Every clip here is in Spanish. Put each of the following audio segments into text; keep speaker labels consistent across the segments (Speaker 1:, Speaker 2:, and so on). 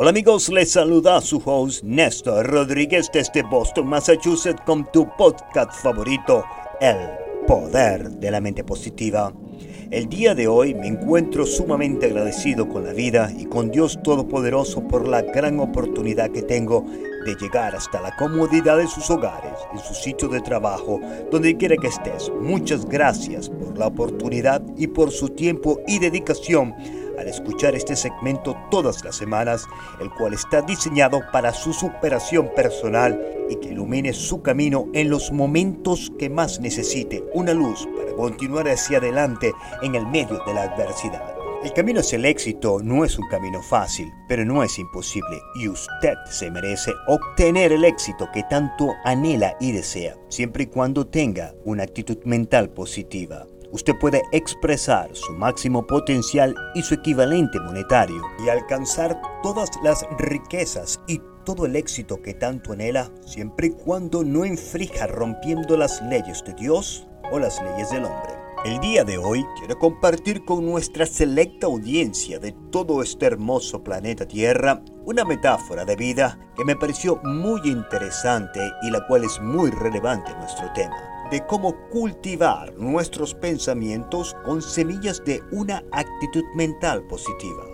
Speaker 1: Hola amigos, les saluda su host Néstor Rodríguez desde Boston, Massachusetts con tu podcast favorito, El Poder de la Mente Positiva. El día de hoy me encuentro sumamente agradecido con la vida y con Dios Todopoderoso por la gran oportunidad que tengo de llegar hasta la comodidad de sus hogares, en su sitio de trabajo, donde quiera que estés. Muchas gracias por la oportunidad y por su tiempo y dedicación al escuchar este segmento todas las semanas, el cual está diseñado para su superación personal y que ilumine su camino en los momentos que más necesite una luz para continuar hacia adelante en el medio de la adversidad. El camino hacia el éxito no es un camino fácil, pero no es imposible y usted se merece obtener el éxito que tanto anhela y desea, siempre y cuando tenga una actitud mental positiva. Usted puede expresar su máximo potencial y su equivalente monetario y alcanzar todas las riquezas y todo el éxito que tanto anhela, siempre y cuando no infrinja rompiendo las leyes de Dios o las leyes del hombre. El día de hoy quiero compartir con nuestra selecta audiencia de todo este hermoso planeta Tierra una metáfora de vida que me pareció muy interesante y la cual es muy relevante en nuestro tema, de cómo cultivar nuestros pensamientos con semillas de una actitud mental positiva.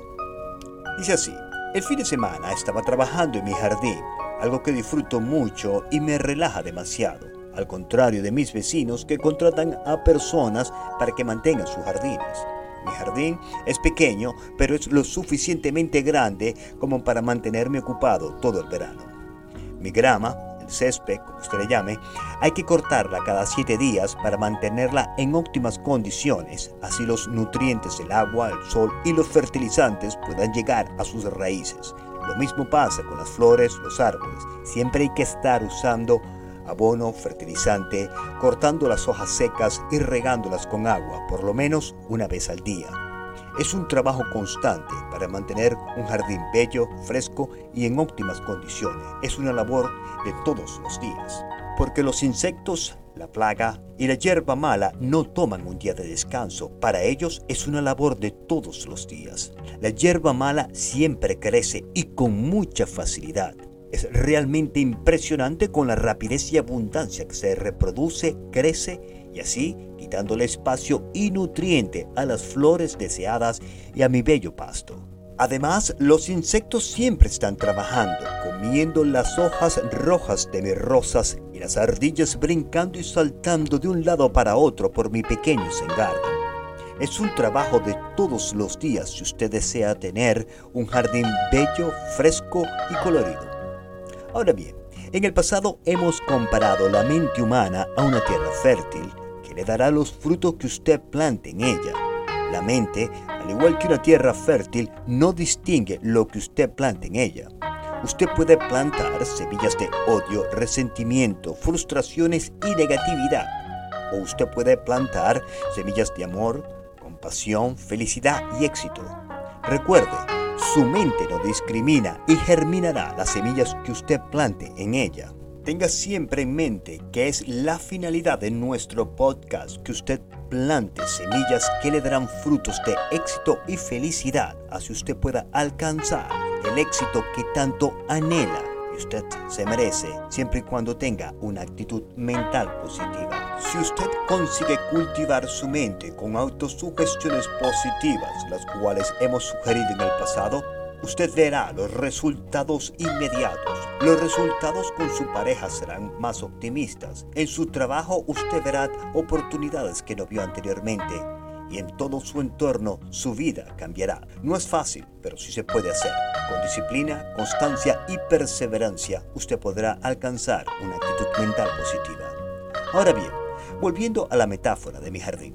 Speaker 1: Dice así: el fin de semana estaba trabajando en mi jardín, algo que disfruto mucho y me relaja demasiado, al contrario de mis vecinos que contratan a personas para que mantengan sus jardines. Mi jardín es pequeño, pero es lo suficientemente grande como para mantenerme ocupado todo el verano. Mi grama, césped, como usted le llame, hay que cortarla cada 7 días para mantenerla en óptimas condiciones, así los nutrientes, el agua, el sol y los fertilizantes puedan llegar a sus raíces. Lo mismo pasa con las flores, los árboles. Siempre hay que estar usando abono, fertilizante, cortando las hojas secas y regándolas con agua, por lo menos una vez al día. Es un trabajo constante para mantener un jardín bello, fresco y en óptimas condiciones. Es una labor de todos los días, porque los insectos, la plaga y la hierba mala no toman un día de descanso. Para ellos es una labor de todos los días. La hierba mala siempre crece y con mucha facilidad. Es realmente impresionante con la rapidez y abundancia que se reproduce, crece y así quitándole espacio y nutriente a las flores deseadas y a mi bello pasto. Además, los insectos siempre están trabajando, comiendo las hojas rojas de mis rosas y las ardillas brincando y saltando de un lado para otro por mi pequeño garden. Es un trabajo de todos los días si usted desea tener un jardín bello, fresco y colorido. Ahora bien, en el pasado hemos comparado la mente humana a una tierra fértil que le dará los frutos que usted plante en ella. La mente, al igual que una tierra fértil, no distingue lo que usted plante en ella. Usted puede plantar semillas de odio, resentimiento, frustraciones y negatividad. O usted puede plantar semillas de amor, compasión, felicidad y éxito. Recuerde, su mente no discrimina y germinará las semillas que usted plante en ella. Tenga siempre en mente que es la finalidad de nuestro podcast que usted plante semillas que le darán frutos de éxito y felicidad, así usted pueda alcanzar el éxito que tanto anhela y usted se merece, siempre y cuando tenga una actitud mental positiva. Si usted consigue cultivar su mente con autosugestiones positivas, las cuales hemos sugerido en el pasado, usted verá los resultados inmediatos. Los resultados con su pareja serán más optimistas. En su trabajo usted verá oportunidades que no vio anteriormente. Y en todo su entorno su vida cambiará. No es fácil, pero sí se puede hacer. Con disciplina, constancia y perseverancia, usted podrá alcanzar una actitud mental positiva. Ahora bien, volviendo a la metáfora de mi jardín.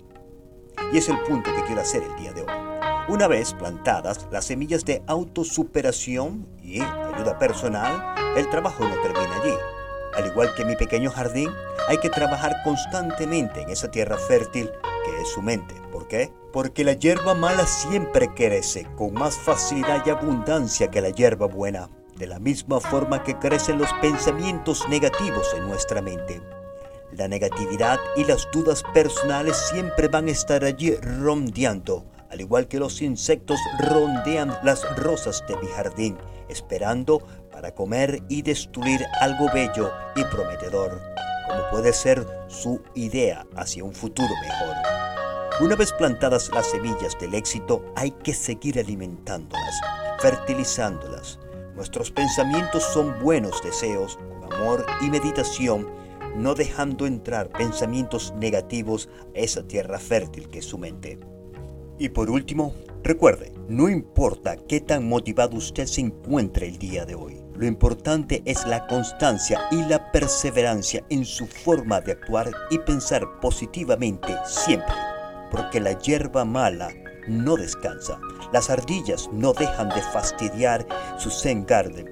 Speaker 1: Y es el punto que quiero hacer el día de hoy. Una vez plantadas las semillas de autosuperación y ayuda personal, el trabajo no termina allí. Al igual que mi pequeño jardín, hay que trabajar constantemente en esa tierra fértil que es su mente. ¿Por qué? Porque la hierba mala siempre crece con más facilidad y abundancia que la hierba buena, de la misma forma que crecen los pensamientos negativos en nuestra mente. La negatividad y las dudas personales siempre van a estar allí rondeando, al igual que los insectos rondean las rosas de mi jardín esperando para comer y destruir algo bello y prometedor, como puede ser su idea hacia un futuro mejor. Una vez plantadas las semillas del éxito, hay que seguir alimentándolas, fertilizándolas. Nuestros pensamientos son buenos deseos, con amor y meditación, no dejando entrar pensamientos negativos a esa tierra fértil que es su mente. Y por último, recuerde, no importa qué tan motivado usted se encuentre el día de hoy, lo importante es la constancia y la perseverancia en su forma de actuar y pensar positivamente siempre, porque la hierba mala no descansa, las ardillas no dejan de fastidiar su Zen Garden.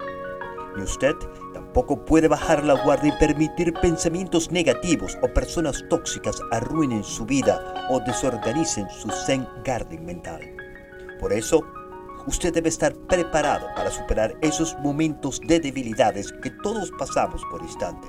Speaker 1: Y usted tampoco puede bajar la guardia y permitir pensamientos negativos o personas tóxicas arruinen su vida o desorganicen su Zen Garden mental. Por eso, usted debe estar preparado para superar esos momentos de debilidades que todos pasamos por instantes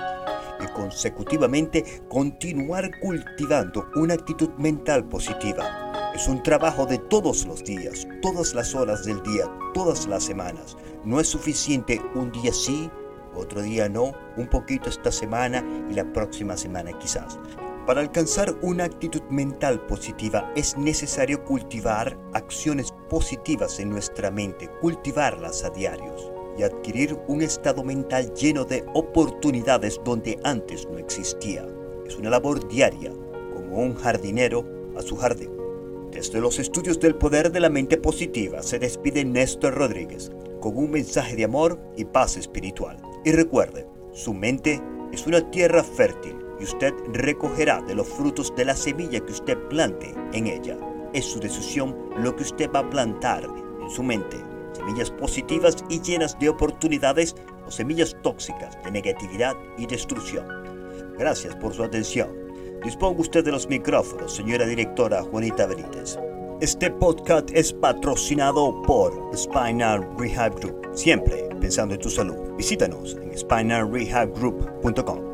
Speaker 1: y consecutivamente continuar cultivando una actitud mental positiva. Es un trabajo de todos los días, todas las horas del día, todas las semanas. No es suficiente un día sí, otro día no, un poquito esta semana y la próxima semana quizás. Para alcanzar una actitud mental positiva es necesario cultivar acciones positivas en nuestra mente, cultivarlas a diarios y adquirir un estado mental lleno de oportunidades donde antes no existía. Es una labor diaria, como un jardinero a su jardín. Desde los estudios del poder de la mente positiva se despide Néstor Rodríguez con un mensaje de amor y paz espiritual. Y recuerde, su mente es una tierra fértil y usted recogerá de los frutos de la semilla que usted plante en ella. Es su decisión lo que usted va a plantar en su mente. Semillas positivas y llenas de oportunidades o semillas tóxicas de negatividad y destrucción. Gracias por su atención. Disponga usted de los micrófonos, señora directora Juanita Benítez. Este podcast es patrocinado por Spinal Rehab Group. Siempre pensando en tu salud. Visítanos en spinalrehabgroup.com.